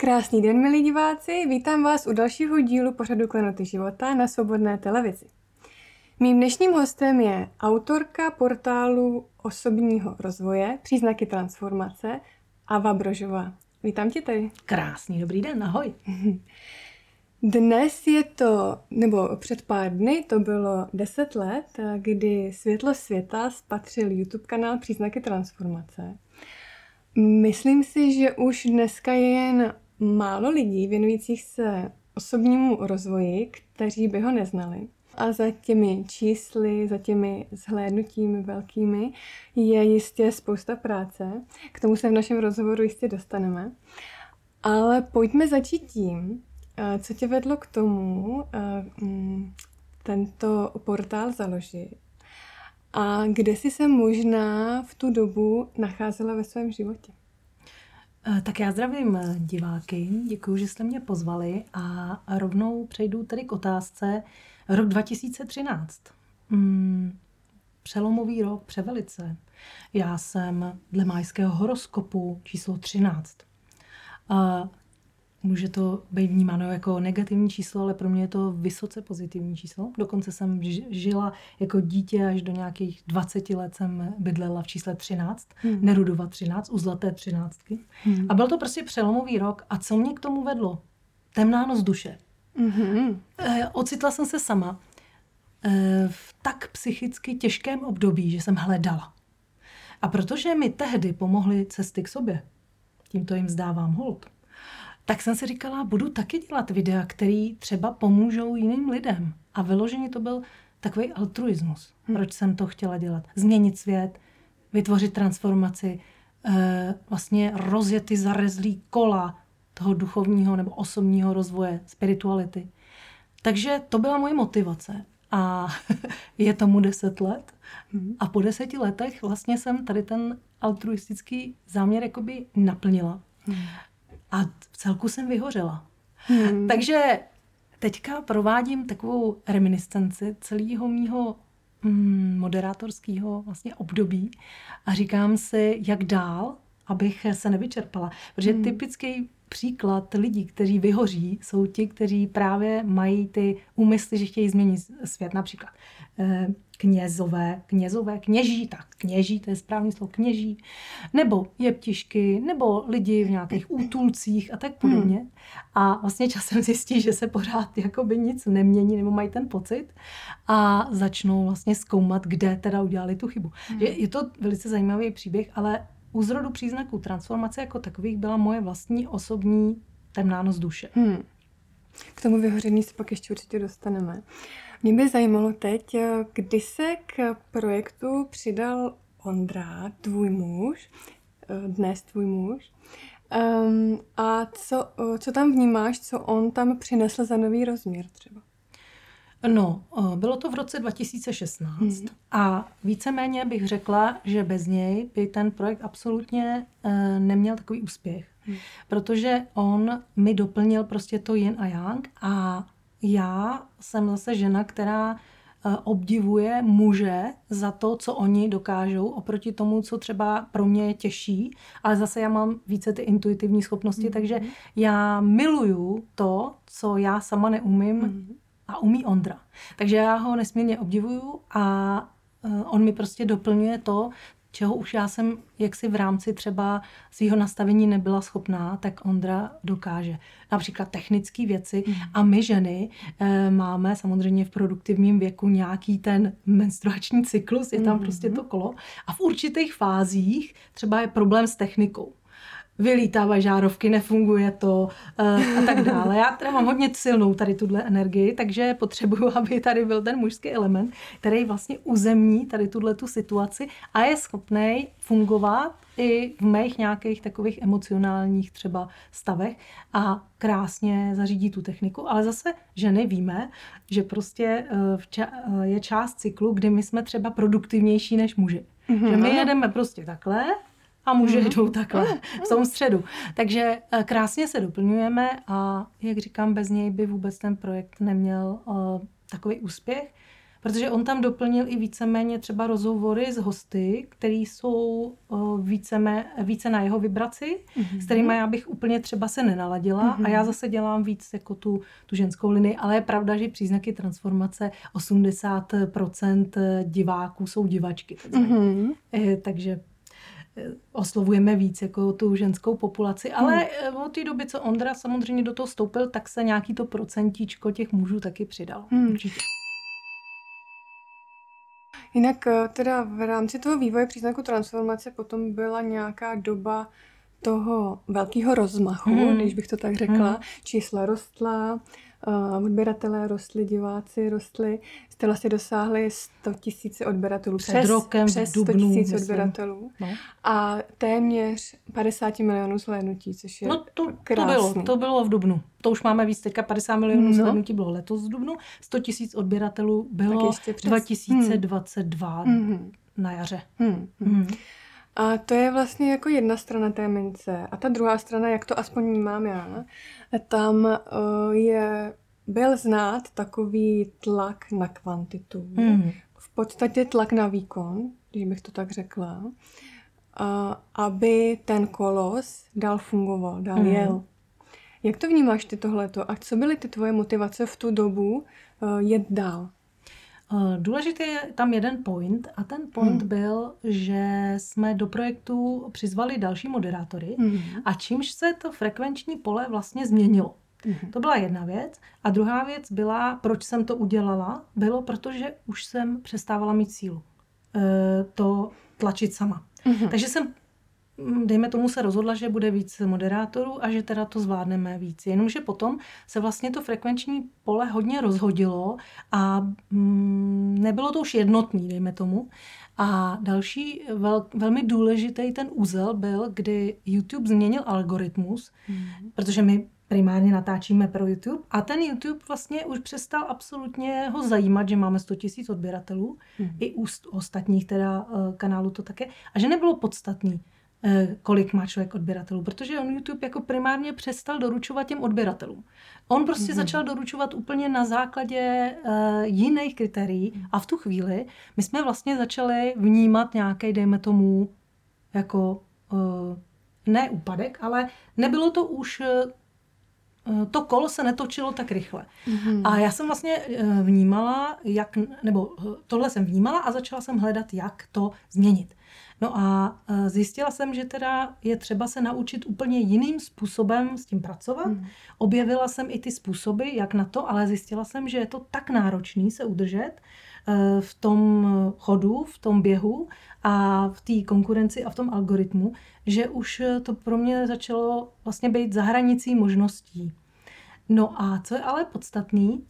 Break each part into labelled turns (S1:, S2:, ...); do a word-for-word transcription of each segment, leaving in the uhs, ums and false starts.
S1: Krásný den, milí diváci, vítám vás u dalšího dílu pořadu Klenoty života na Svobodné televizi. Mým dnešním hostem je autorka portálu osobního rozvoje Příznaky transformace Ava Brožová. Vítám tě tady.
S2: Krásný dobrý den, ahoj.
S1: Dnes je to, nebo před pár dny, to bylo deset let, kdy světlo světa spatřil YouTube kanál Příznaky transformace. Myslím si, že už dneska je jen málo lidí věnujících se osobnímu rozvoji, kteří by ho neznali. A za těmi čísly, za těmi zhlédnutími velkými je jistě spousta práce. K tomu se v našem rozhovoru jistě dostaneme. Ale pojďme začít tím, co tě vedlo k tomu tento portál založit. A kde jsi se možná v tu dobu nacházela ve svém životě?
S2: Tak já zdravím diváky, děkuji, že jste mě pozvali a rovnou přejdu tedy k otázce. Rok dva tisíce třináct. Hmm, přelomový rok, převelice. Já jsem dle majského horoskopu číslo třináct. A může to být vnímáno jako negativní číslo, ale pro mě je to vysoce pozitivní číslo. Dokonce jsem žila jako dítě až do nějakých dvaceti let jsem bydlela v čísle třináct, hmm. Nerudova třináct, u zlaté třináctky. Hmm. A byl to prostě přelomový rok. A co mě k tomu vedlo? Temná noc duše. Hmm. E, ocitla jsem se sama e, v tak psychicky těžkém období, že jsem hledala. A protože mi tehdy pomohly cesty k sobě, tímto jim vzdávám hold, tak jsem si říkala, budu taky dělat videa, který třeba pomůžou jiným lidem. A vyloženě to byl takový altruismus. Hmm. Proč jsem to chtěla dělat? Změnit svět, vytvořit transformaci, e, vlastně rozjet ty zarezlý kola toho duchovního nebo osobního rozvoje, spirituality. Takže to byla moje motivace. A je tomu deset let. Hmm. A po deseti letech vlastně jsem tady ten altruistický záměr jakoby naplnila. Hmm. A v celku jsem vyhořela. Hmm. Takže teďka provádím takovou reminiscenci celého mýho mm, moderátorského vlastně období a říkám si, jak dál, abych se nevyčerpala. Protože hmm. typický příklad lidí, kteří vyhoří, jsou ti, kteří právě mají ty úmysly, že chtějí změnit svět. Například knězové, knězové, kněží, tak kněží, to je správný slovo, kněží, nebo jeptišky, nebo lidi v nějakých útulcích a tak podobně. Hmm. A vlastně časem zjistí, že se pořád jakoby nic nemění, nebo mají ten pocit a začnou vlastně zkoumat, kde teda udělali tu chybu. Hmm. Je, je to velice zajímavý příběh, ale u zrodu příznaků transformace jako takových byla moje vlastní osobní temná noc duše. Hmm.
S1: K tomu vyhoření se pak ještě určitě dostaneme. Mě by zajímalo teď, kdy se k projektu přidal Ondra, tvůj muž, dnes tvůj muž, um, a co, co tam vnímáš, co on tam přinesl za nový rozměr třeba?
S2: No, bylo to v roce dva tisíce šestnáct hmm. a víceméně bych řekla, že bez něj by ten projekt absolutně e, neměl takový úspěch. Hmm. Protože on mi doplnil prostě to yin a yang a já jsem zase žena, která e, obdivuje muže za to, co oni dokážou, oproti tomu, co třeba pro mě je těžší, ale zase já mám více ty intuitivní schopnosti, hmm. takže já miluju to, co já sama neumím, hmm. a umí Ondra. Takže já ho nesmírně obdivuju a on mi prostě doplňuje to, čeho už já jsem jaksi v rámci třeba svýho nastavení nebyla schopná, tak Ondra dokáže. Například technické věci mm. a my ženy e, máme samozřejmě v produktivním věku nějaký ten menstruační cyklus, je tam mm. prostě to kolo a v určitých fázích třeba je problém s technikou. Vylítávají žárovky, nefunguje to a tak dále. Já teda mám hodně silnou tady tuhle energii, takže potřebuju, aby tady byl ten mužský element, který vlastně uzemní tady tuhle tu situaci a je schopný fungovat i v mých nějakých takových emocionálních třeba stavech a krásně zařídí tu techniku. Ale zase ženy víme, že prostě je část cyklu, kdy my jsme třeba produktivnější než muži. Mm-hmm. Že my jedeme prostě takhle, a muži mm. jdou takhle v tom středu. Takže krásně se doplňujeme a jak říkám, bez něj by vůbec ten projekt neměl uh, takový úspěch. protože on tam doplnil i víceméně třeba rozhovory s hosty, který jsou více, více na jeho vibraci, mm-hmm. s kterými já bych úplně třeba se nenaladila mm-hmm. a já zase dělám víc jako tu, tu ženskou linii, ale je pravda, že příznaky transformace osmdesát procent diváků jsou divačky. Mm-hmm. Takže oslovujeme víc jako tu ženskou populaci, ale hmm. od té doby, co Ondra samozřejmě do toho vstoupil, tak se nějaký to procentíčko těch mužů taky přidal. Hmm. Určitě.
S1: Jinak teda v rámci toho vývoje příznaku transformace potom byla nějaká doba toho velkého rozmachu, hmm. když bych to tak řekla. Hmm. Čísla rostla, uh, odběratelé rostli, diváci rostli. Jste vlastně dosáhli sto tisíc odběratelů.
S2: Před přes, rokem
S1: přes
S2: v dubnu,
S1: sto tisíc odběratelů. No. A téměř padesát milionů zhlédnutí, což je
S2: no to,
S1: krásný.
S2: To bylo, to bylo v dubnu. To už máme víc, teďka padesát milionů no. zhlédnutí bylo letos v dubnu. sto tisíc odběratelů bylo přes... dva tisíce dvacet dva hmm. na jaře. Hmm.
S1: Hmm. A to je vlastně jako jedna strana té mince. A ta druhá strana, jak to aspoň vnímám já, tam uh, je, byl znát takový tlak na kvantitu. Mm. V podstatě tlak na výkon, když bych to tak řekla, uh, aby ten kolos dál fungoval, dál mm. jel. Jak to vnímáš ty tohleto? A co byly ty tvoje motivace v tu dobu uh, jet dál?
S2: Důležitý je tam jeden point a ten point hmm. byl, že jsme do projektu přizvali další moderátory hmm. a čímž se to frekvenční pole vlastně změnilo. Hmm. To byla jedna věc. A druhá věc byla, proč jsem to udělala, bylo, protože už jsem přestávala mít sílu to tlačit sama. Hmm. Takže jsem, dejme tomu, se rozhodla, že bude víc moderátorů a že teda to zvládneme víc. Jenomže potom se vlastně to frekvenční pole hodně rozhodilo a mm, nebylo to už jednotný, dejme tomu. A další vel, velmi důležitý ten úzel byl, kdy YouTube změnil algoritmus, mm. protože my primárně natáčíme pro YouTube a ten YouTube vlastně už přestal absolutně ho zajímat, že máme sto tisíc odběratelů, mm. i u ostatních teda kanálů to také, a že nebylo podstatný, kolik má člověk odběratelů, protože on YouTube jako primárně přestal doručovat těm odběratelům. On prostě mm-hmm. začal doručovat úplně na základě uh, jiných kritérií a v tu chvíli my jsme vlastně začali vnímat nějaký, dejme tomu, jako uh, ne úpadek, ale nebylo to už, uh, to kolo se netočilo tak rychle. Mm-hmm. A já jsem vlastně uh, vnímala, jak, nebo uh, tohle jsem vnímala a začala jsem hledat, jak to změnit. No a zjistila jsem, že teda je třeba se naučit úplně jiným způsobem s tím pracovat. Mm. Objevila jsem i ty způsoby, jak na to, ale zjistila jsem, že je to tak náročný se udržet v tom chodu, v tom běhu a v té konkurenci a v tom algoritmu, že už to pro mě začalo vlastně být za hranicí možností. No a co je ale podstatný,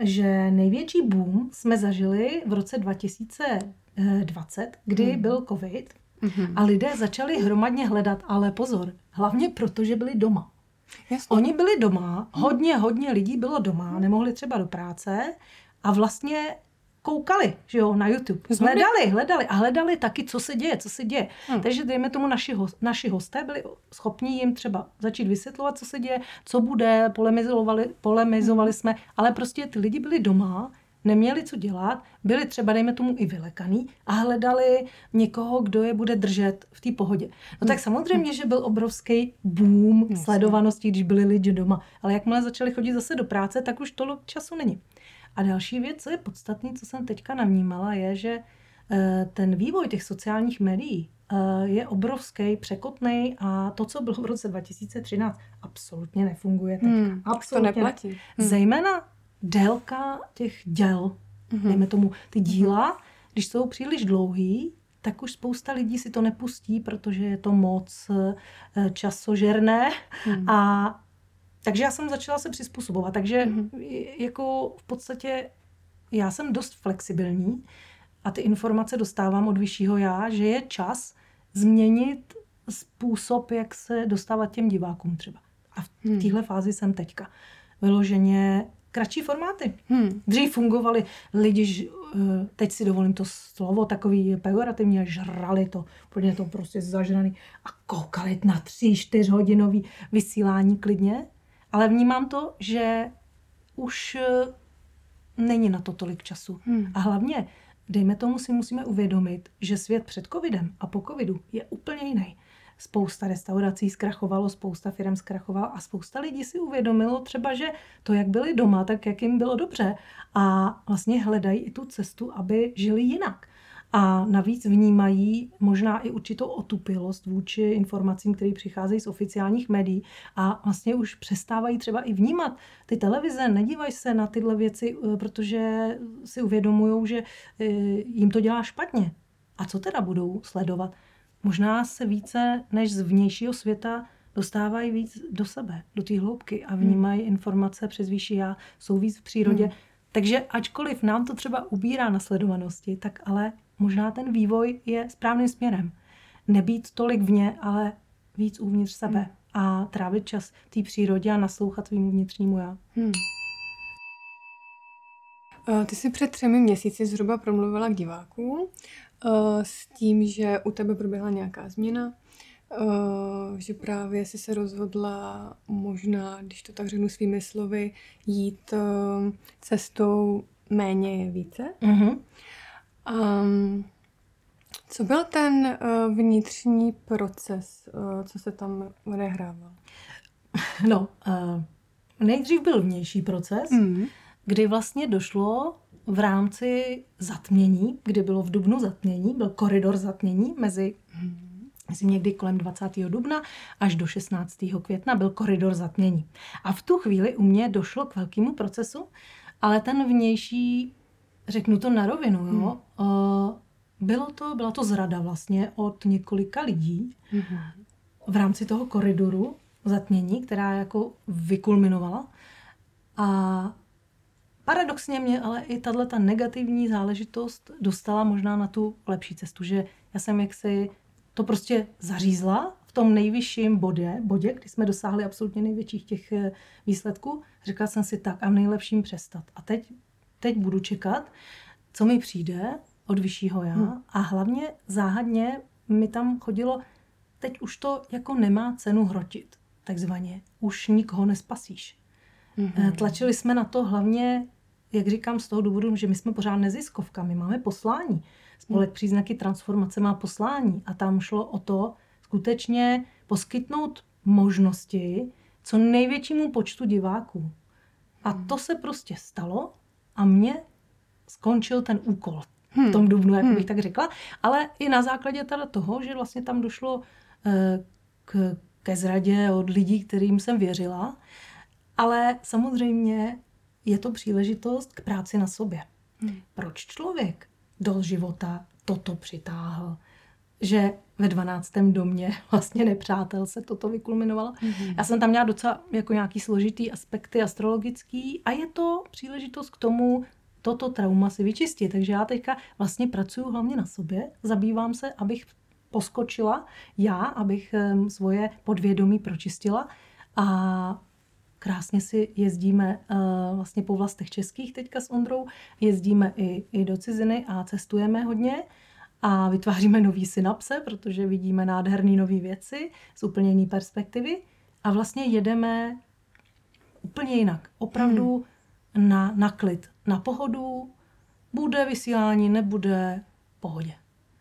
S2: že největší boom jsme zažili v roce dva tisíce dvacet, kdy mm. byl covid mm-hmm. a lidé začali hromadně hledat, ale pozor, hlavně proto, že byli doma. Jasně. Oni byli doma, hodně, hodně lidí bylo doma, nemohli třeba do práce a vlastně koukali, že jo, na YouTube. Hledali, hledali a hledali taky, co se děje, co se děje. Hmm. Takže dejme tomu, naši, host, naši hosté byli schopni jim třeba začít vysvětlovat, co se děje, co bude, polemizovali, polemizovali jsme, ale prostě ty lidi byli doma, neměli co dělat, byli třeba, dejme tomu, i vylekaný a hledali někoho, kdo je bude držet v té pohodě. No tak samozřejmě, že byl obrovský boom Jasně. sledovanosti, když byli lidi doma. Ale jakmile začali chodit zase do práce, tak už tolik času není. A další věc, co je podstatný, co jsem teďka navnímala, je, že ten vývoj těch sociálních médií je obrovský, překotnej a to, co bylo v roce dva tisíce třináct, absolutně nefunguje teďka. Hmm, absolutně
S1: to neplatí.
S2: Hmm. Zejména délka těch děl, mm-hmm. dejme tomu, ty díla, když jsou příliš dlouhý, tak už spousta lidí si to nepustí, protože je to moc časožerné. Mm. A takže já jsem začala se přizpůsobovat. Takže mm-hmm. jako v podstatě já jsem dost flexibilní a ty informace dostávám od vyššího já, že je čas změnit způsob, jak se dostávat těm divákům třeba. A v mm. téhle fázi jsem teďka. Vyloženě kratší formáty. Hmm. Dřív fungovaly lidi, teď si dovolím to slovo, takový pejorativní, a žrali to, úplně to prostě zažraný a koukali na tři, čtyř hodinový vysílání klidně, ale vnímám to, že už není na to tolik času.
S1: Hmm.
S2: A hlavně, dejme tomu, si musíme uvědomit, že svět před covidem a po covidu je úplně jiný. Spousta restaurací zkrachovalo, spousta firm zkrachovalo a spousta lidí si uvědomilo třeba, že to, jak byli doma, tak jak jim bylo dobře. A vlastně hledají i tu cestu, aby žili jinak. A navíc vnímají možná i určitou otupilost vůči informacím, které přicházejí z oficiálních médií a vlastně už přestávají třeba i vnímat ty televize, nedívají se na tyhle věci, protože si uvědomují, že jim to dělá špatně. A co teda budou sledovat? Možná se více než z vnějšího světa dostávají víc do sebe, do té hloubky a vnímají informace přes vyšší já, jsou víc v přírodě. Hmm. Takže ačkoliv nám to třeba ubírá na sledovanosti, tak ale možná ten vývoj je správným směrem. Nebýt tolik vně, ale víc uvnitř sebe hmm. a trávit čas v té přírodě a naslouchat svým vnitřnímu já.
S1: Hmm. Ty jsi před třemi měsíci zhruba promluvila k divákům s tím, že u tebe proběhla nějaká změna, že právě jsi se rozhodla možná, když to tak řeknu svými slovy, jít cestou méně je více.
S2: Mm-hmm.
S1: Um, co byl ten vnitřní proces, co se tam odehrával?
S2: No, nejdřív byl vnější proces, mm. kdy vlastně došlo v rámci zatmění, kdy bylo v dubnu zatmění, byl koridor zatmění mezi, myslím někdy kolem dvacátého dubna až do šestnáctého května byl koridor zatmění. A v tu chvíli u mě došlo k velkému procesu, ale ten vnější, řeknu to na rovinu, jo, hmm. bylo to, byla to zrada vlastně od několika lidí hmm. v rámci toho koridoru zatmění, která jako vykulminovala. A paradoxně mě ale i tato negativní záležitost dostala možná na tu lepší cestu, že já jsem jaksi to prostě zařízla v tom nejvyšším bodě, bodě, kdy jsme dosáhli absolutně největších těch výsledků. Řekla jsem si tak a v nejlepším přestat. A teď, teď budu čekat, co mi přijde od vyššího já hmm. a hlavně záhadně mi tam chodilo, teď už to jako nemá cenu hrotit, takzvaně. Už nikoho nespasíš. Hmm. Tlačili jsme na to hlavně, jak říkám, z toho důvodu, že my jsme pořád neziskovka, my máme poslání. Spolek Příznaky transformace má poslání a tam šlo o to skutečně poskytnout možnosti co největšímu počtu diváků. A to se prostě stalo a mně skončil ten úkol v tom dubnu, jak bych tak řekla, ale i na základě teda toho, že vlastně tam došlo k, ke zradě od lidí, kterým jsem věřila, ale samozřejmě je to příležitost k práci na sobě. Hmm. Proč člověk do života toto přitáhl? Že ve dvanáctém domě vlastně nepřátel se toto vykulminovalo. Hmm. Já jsem tam měla docela jako nějaký složitý aspekty astrologický a je to příležitost k tomu toto trauma si vyčistit. Takže já teďka vlastně pracuji hlavně na sobě, zabývám se, abych poskočila já, abych svoje podvědomí pročistila a krásně si jezdíme uh, vlastně po vlastech českých teďka s Ondrou, jezdíme i, i do ciziny a cestujeme hodně a vytváříme nový synapse, protože vidíme nádherné nové věci z úplně jiné perspektivy a vlastně jedeme úplně jinak. Opravdu hmm. na, na klid, na pohodu, bude vysílání, nebude, pohodě.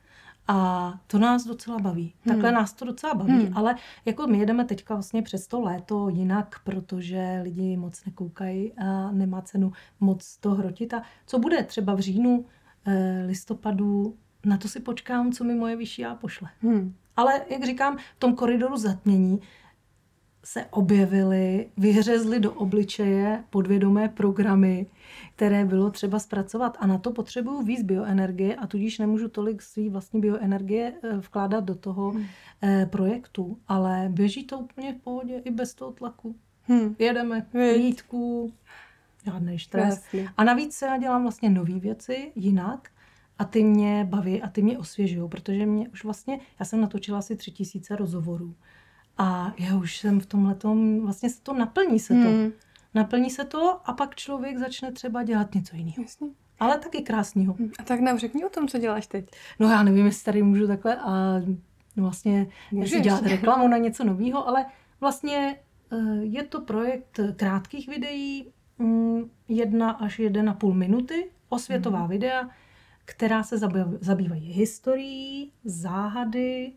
S2: A to nás docela baví. Hmm. Takhle nás to docela baví, hmm. ale jako my jedeme teďka vlastně přes to léto jinak, protože lidi moc nekoukají a nemá cenu moc to hrotit. A co bude třeba v říjnu, eh, listopadu, na to si počkám, co mi moje vyšší já pošle. Hmm. Ale jak říkám, v tom koridoru zatmění se objevily, vyhřezly do obličeje podvědomé programy, které bylo třeba zpracovat. A na to potřebuju víc bioenergie a tudíž nemůžu tolik svý vlastní bioenergie vkládat do toho hmm. projektu. Ale běží to úplně v pohodě i bez toho tlaku. Hmm. Jedeme klídku, žádný stres. Krásně. A navíc já dělám vlastně nové věci jinak a ty mě baví a ty mě osvěžují, protože mě už vlastně, já jsem natočila asi tři tisíce rozhovorů. A já už jsem v tomhletom, vlastně se to naplní se to. Hmm. Naplní se to a pak člověk začne třeba dělat něco jiného. Jasně. Ale taky krásného.
S1: A tak nám řekni o tom, co děláš teď.
S2: No já nevím, jestli tady můžu takhle a vlastně jestli dělat reklamu na něco nového, ale vlastně je to projekt krátkých videí, mm, jedna až jedna a půl minuty osvětová mm. videa, která se zabývají historií, záhady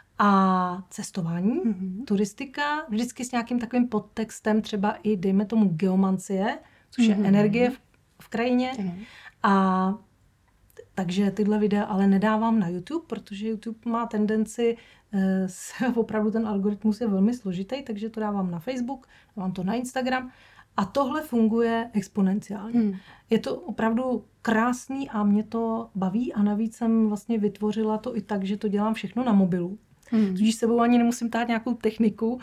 S2: a cestování, mm-hmm. turistika, vždycky s nějakým takovým podtextem, třeba i dejme tomu geomancie, což mm-hmm. je energie v, v krajině. Mm-hmm. A takže tyhle videa ale nedávám na YouTube, protože YouTube má tendenci, eh, opravdu ten algoritmus je velmi složitý, takže to dávám na Facebook, dávám to na Instagram a tohle funguje exponenciálně. Hmm. Je to opravdu krásný a mě to baví a navíc jsem vlastně vytvořila to i tak, že to dělám všechno na mobilu. Hmm. Tudíž sebou ani nemusím tát nějakou techniku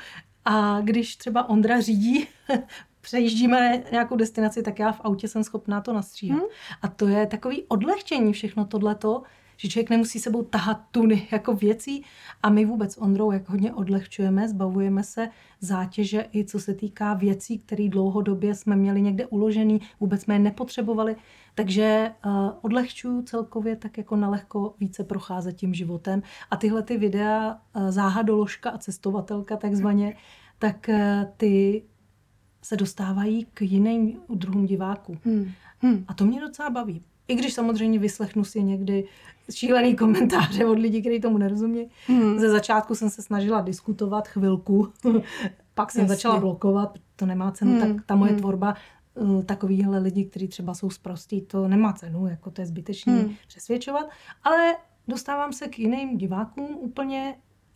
S2: a když třeba Ondra řídí, přejíždíme nějakou destinaci, tak já v autě jsem schopná to nastříhat. Hmm. A to je takový odlehčení všechno tohleto, že člověk nemusí sebou tahat tuny jako věcí a my vůbec s Ondrou jak hodně odlehčujeme, zbavujeme se zátěže i co se týká věcí, které dlouhodobě jsme měli někde uložený, vůbec jsme je nepotřebovali. Takže uh, odlehčuju celkově tak jako nalehko více procházet tím životem. A tyhle ty videa, uh, záhadoložka a cestovatelka takzvaně, tak uh, ty se dostávají k jiným druhům diváků. Hmm. Hmm. A to mě docela baví. I když samozřejmě vyslechnu si někdy šílený komentáře od lidí, kteří tomu nerozumí. Hmm. Ze začátku jsem se snažila diskutovat chvilku, pak jsem Jasně. začala blokovat, to nemá cenu, hmm. tak ta moje hmm. tvorba takovýhle lidi, kteří třeba jsou sprostí, to nemá cenu, jako to je zbytečný hmm. přesvědčovat, ale dostávám se k jiným divákům úplně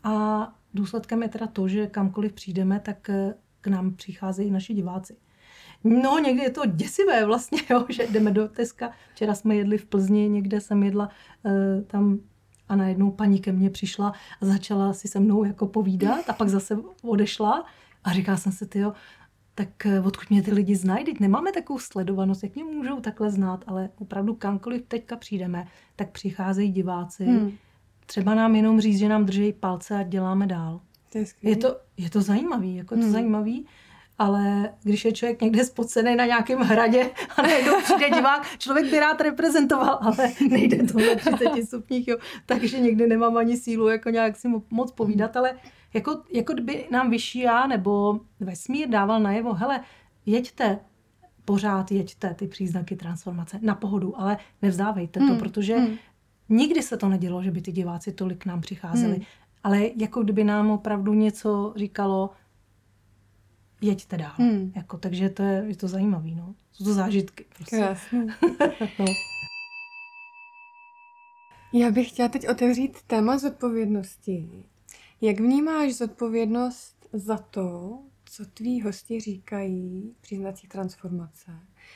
S2: a důsledkem je teda to, že kamkoliv přijdeme, tak k nám přicházejí naši diváci. No, někdy je to děsivé vlastně, jo, že jdeme do Teska. Včera jsme jedli v Plzni, někde jsem jedla uh, tam a najednou paní ke mně přišla a začala si se mnou jako povídat a pak zase odešla a říkala jsem si, tyjo, tak uh, odkud mě ty lidi znají, teď nemáme takovou sledovanost, jak mě můžou takhle znát, ale opravdu kamkoliv teďka přijdeme, tak přicházejí diváci. Hmm. Třeba nám jenom říct, že nám drží palce a děláme dál.
S1: To je,
S2: je, to, je to zajímavý, jako je to hmm. zajímavý. Ale když je člověk někde spocený na nějakém hradě a najednou přijde divák, člověk by rád reprezentoval, ale nejde to na třiceti stupních, jo. Takže někdy nemám ani sílu jako nějak si moc povídat, ale jako, jako kdyby nám vyšší já nebo vesmír dával najevo, hele, jeďte, pořád jeďte ty příznaky transformace na pohodu, ale nevzdávejte hmm. to, protože hmm. nikdy se to nedělo, že by ty diváci tolik k nám přicházeli, hmm. ale jako kdyby nám opravdu něco říkalo, jeďte dál. Hmm. Jako, takže to je, je to zajímavý. No. Jsou to zážitky. Prostě.
S1: Krásný. no. Já bych chtěla teď otevřít téma zodpovědnosti. Jak vnímáš zodpovědnost za to, co tví hosti říkají při znacích transformace?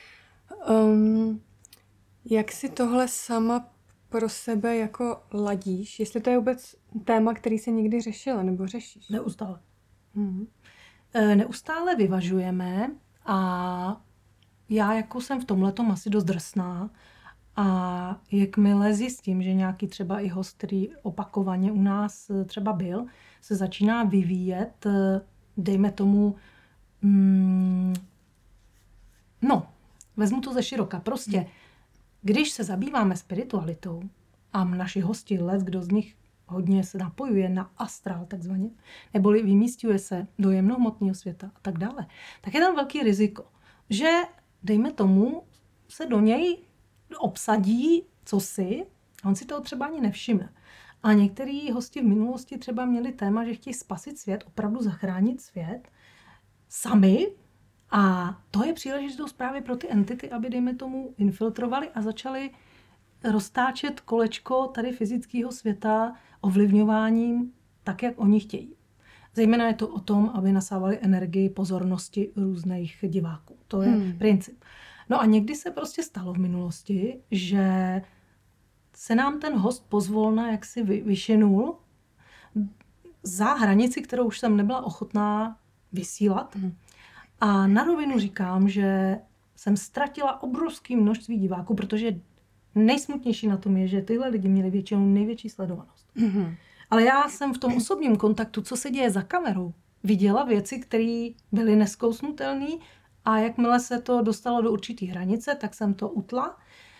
S1: Um, jak si tohle sama pro sebe jako ladíš? Jestli to je vůbec téma, který se někdy řešila nebo řešíš?
S2: Neustále. Hmm. Neustále vyvažujeme a já jako jsem v tomhletom asi dost drsná a jakmile zjistím, že nějaký třeba i host, který opakovaně u nás třeba byl, se začíná vyvíjet, dejme tomu, mm, no, vezmu to ze široka, prostě, když se zabýváme spiritualitou a naši hosti, let, kdo z nich hodně se napojuje na astrál takzvaně, neboli vymísťuje se do jemnohmotného světa a tak dále, tak je tam velký riziko, že dejme tomu se do něj obsadí cosi a on si toho třeba ani nevšimne. A některý hosti v minulosti třeba měli téma, že chtějí spasit svět, opravdu zachránit svět sami a to je příležitost právě pro ty entity, aby dejme tomu infiltrovali a začali roztáčet kolečko tady fyzického světa ovlivňováním tak, jak oni chtějí. Zejména je to o tom, aby nasávali energii pozornosti různých diváků. To je hmm. princip. No a někdy se prostě stalo v minulosti, že se nám ten host pozvolna jaksi vyšinul za hranici, kterou už jsem nebyla ochotná vysílat. Hmm. A na rovinu říkám, že jsem ztratila obrovské množství diváků, protože nejsmutnější na tom je, že tyhle lidi měli většinou největší sledovanost. Mm-hmm. Ale já jsem v tom osobním kontaktu, co se děje za kamerou, viděla věci, které byly neskousnutelné a jakmile se to dostalo do určitý hranice, tak jsem to utla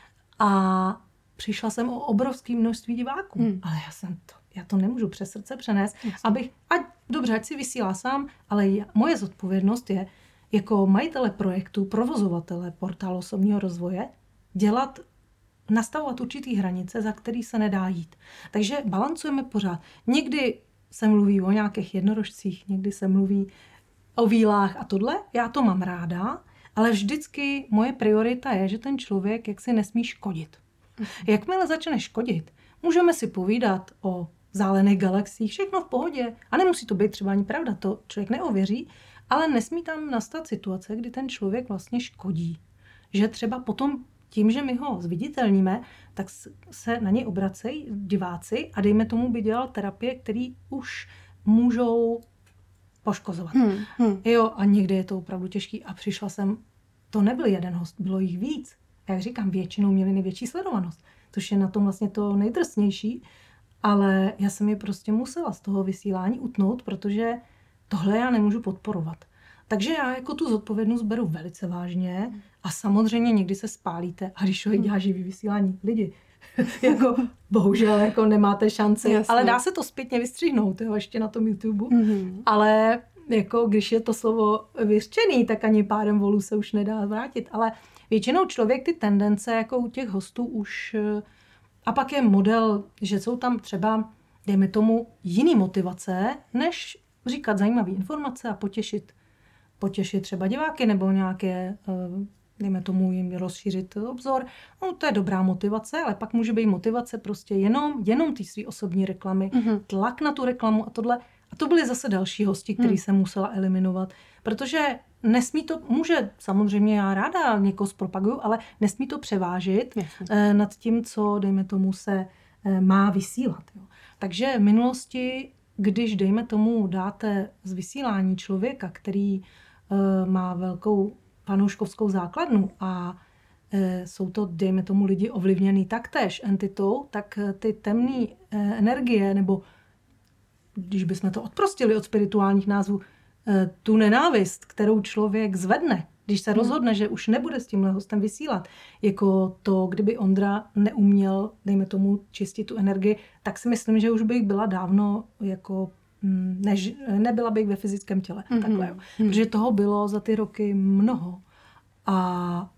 S2: a přišla jsem o obrovské množství diváků. Mm. Ale já jsem to, já to nemůžu přes srdce přenést, Jasně. abych, ať, dobře, ať si vysílá sám, ale já, moje zodpovědnost je, jako majitele projektu, provozovatele portálu osobního rozvoje dělat, nastavovat určitý hranice, za který se nedá jít. Takže balancujeme pořád. Někdy se mluví o nějakých jednorožcích, někdy se mluví o vílách a tohle. Já to mám ráda, ale vždycky moje priorita je, že ten člověk jaksi nesmí škodit. Jakmile začne škodit, můžeme si povídat o vzdálených galaxiích, všechno v pohodě. A nemusí to být třeba ani pravda, to člověk neověří, ale nesmí tam nastat situace, kdy ten člověk vlastně škodí. Že třeba potom tím, že my ho zviditelníme, tak se na něj obracejí diváci a dejme tomu by dělal terapie, které už můžou poškozovat. Hmm, hmm. Jo, a někdy je to opravdu těžký. A přišla jsem, to nebyl jeden host, bylo jich víc. Jak říkám, většinou měli největší sledovanost, což je na tom vlastně to nejdrsnější, ale já jsem je prostě musela z toho vysílání utnout, protože tohle já nemůžu podporovat. Takže já jako tu zodpovědnost beru velice vážně a samozřejmě někdy se spálíte a když člověk dělá živý vysílání, lidi, jako bohužel jako nemáte šanci, jasně. Ale dá se to zpětně vystřihnout, jo, ještě na tom YouTube, mm-hmm. ale jako když je to slovo vyřčený, tak ani pádem volů se už nedá vrátit, ale většinou člověk ty tendence jako u těch hostů už, a pak je model, že jsou tam třeba, dejme tomu, jiný motivace, než říkat zajímavé informace a potěšit potěšit třeba diváky nebo nějaké, dejme tomu, jim rozšířit obzor. No, to je dobrá motivace, ale pak může být motivace prostě jenom, jenom ty svý osobní reklamy, mm-hmm. tlak na tu reklamu a tohle. A to byly zase další hosti, který mm. jsem musela eliminovat, protože nesmí to, může, samozřejmě já ráda někoho zpropaguju, ale nesmí to převážit eh, nad tím, co, dejme tomu, se eh, má vysílat. Jo. Takže v minulosti, když, dejme tomu, dáte z vysílání člověka, který má velkou fanouškovskou základnu a jsou to, dejme tomu, lidi ovlivněný taktéž entitou, tak ty temné energie, nebo když bychom to odprostili od spirituálních názvů, tu nenávist, kterou člověk zvedne, když se rozhodne, že už nebude s tímhle hostem vysílat, jako to, kdyby Ondra neuměl, dejme tomu, čistit tu energii, tak si myslím, že už bych byla dávno jako Než, nebyla bych ve fyzickém těle. Mm-hmm. Takhle, jo. Protože toho bylo za ty roky mnoho. A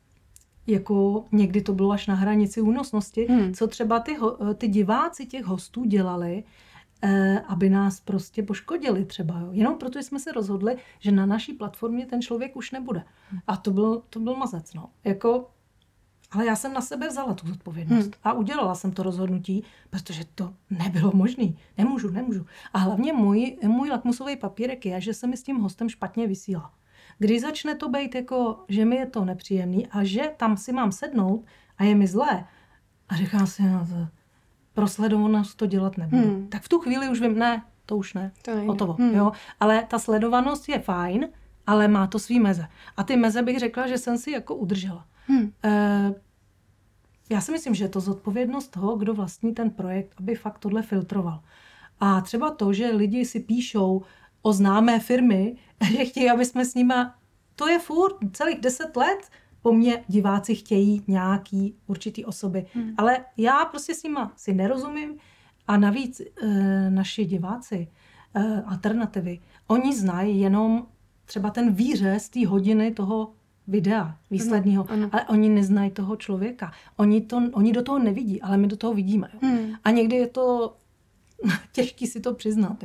S2: jako někdy to bylo až na hranici únosnosti, mm. co třeba ty, ty diváci těch hostů dělali, eh, aby nás prostě poškodili třeba. Jo. Jenom proto jsme se rozhodli, že na naší platformě ten člověk už nebude. A to byl, to byl mazec. No. Jako, ale já jsem na sebe vzala tu zodpovědnost hmm. a udělala jsem to rozhodnutí, protože to nebylo možné. Nemůžu, nemůžu. A hlavně můj, můj lakmusový papírek je, že se mi s tím hostem špatně vysílá. Když začne to být jako, že mi je to nepříjemný a že tam si mám sednout a je mi zlé a říkám si, no to, pro sledovanost to dělat nebudu. Hmm. Tak v tu chvíli už vím, ne, to už ne, to hotovo. Hmm. Jo? Ale ta sledovanost je fajn, ale má to svý meze. A ty meze bych řekla, že jsem si jako udržela. Hmm. E, já si myslím, že je to zodpovědnost toho, kdo vlastní ten projekt, aby fakt tohle filtroval. A třeba to, že lidi si píšou o známé firmy, že chtějí, aby jsme s nima, to je furt celých deset let, po mně diváci chtějí nějaký určitý osoby. Hmm. Ale já prostě s nima si nerozumím a navíc e, naši diváci, e, alternativy, oni znají jenom třeba ten výřez té hodiny toho videa výsledného, ano, ano. Ale oni neznají toho člověka. Oni, to, oni do toho nevidí, ale my do toho vidíme. Jo. Hmm. A někdy je to těžké si to přiznat. Jo.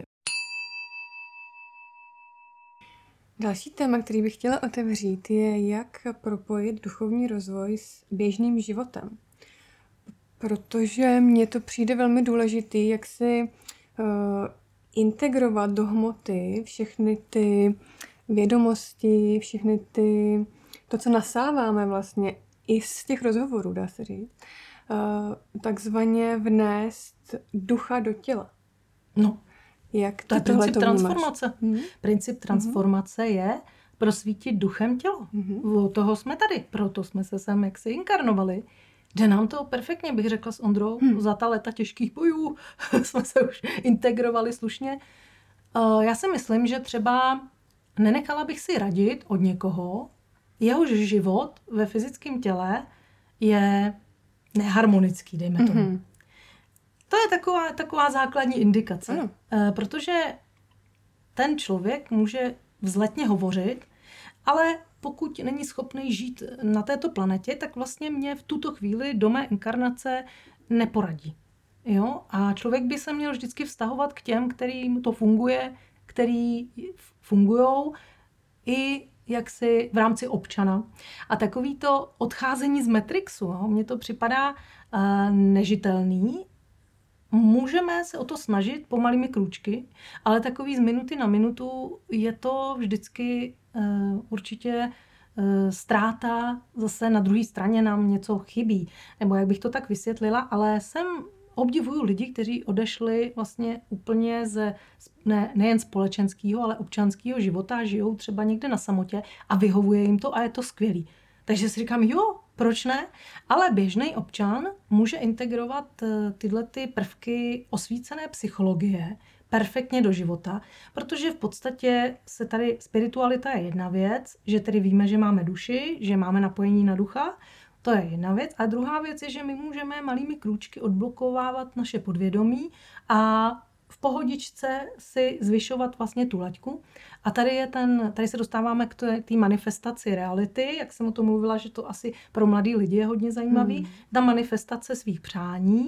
S1: Další téma, který bych chtěla otevřít, je, jak propojit duchovní rozvoj s běžným životem. Protože mně to přijde velmi důležitý, jak si uh, integrovat do hmoty všechny ty vědomosti, všechny ty, to, co nasáváme vlastně i z těch rozhovorů, dá se říct, uh, takzvaně vnést ducha do těla.
S2: No.
S1: Jak
S2: to je princip transformace. Hmm? Princip transformace hmm. je prosvítit duchem tělo. Hmm. O toho jsme tady, proto jsme se sem jaksi inkarnovali. Jde nám to perfektně, bych řekla s Ondrou, hmm. za ta léta těžkých bojů jsme se už integrovali slušně. Uh, já si myslím, že třeba nenechala bych si radit od někoho, jehož život ve fyzickém těle je neharmonický, dejme tomu. Hmm. To je taková, taková základní indikace, mm. protože ten člověk může vzletně hovořit ale pokud není schopný žít na této planetě, tak vlastně mě v tuto chvíli do mé inkarnace neporadí. Jo? A člověk by se měl vždycky vztahovat k těm, kterým to funguje, který fungujou i jaksi v rámci občana. A takový to odcházení z Matrixu, jo, mně to připadá uh, nežitelný. Můžeme se o to snažit pomalými krůčky, ale takový z minuty na minutu je to vždycky uh, určitě uh, ztráta, zase na druhé straně nám něco chybí. Nebo jak bych to tak vysvětlila, ale jsem obdivuju lidi, kteří odešli vlastně úplně ze ne, nejen společenského, ale občanského života a žijou třeba někde na samotě a vyhovuje jim to a je to skvělý. Takže si říkám, jo, proč ne? Ale běžný občan může integrovat tyhle ty prvky osvícené psychologie perfektně do života, protože v podstatě se tady spiritualita je jedna věc, že tedy víme, že máme duši, že máme napojení na ducha, to je jedna věc. A druhá věc je, že my můžeme malými krůčky odblokovávat naše podvědomí a v pohodičce si zvyšovat vlastně tu laťku. A tady, je ten, tady se dostáváme k té manifestaci reality, jak jsem o tom mluvila, že to asi pro mladý lidi je hodně zajímavý. Hmm. Ta manifestace svých přání,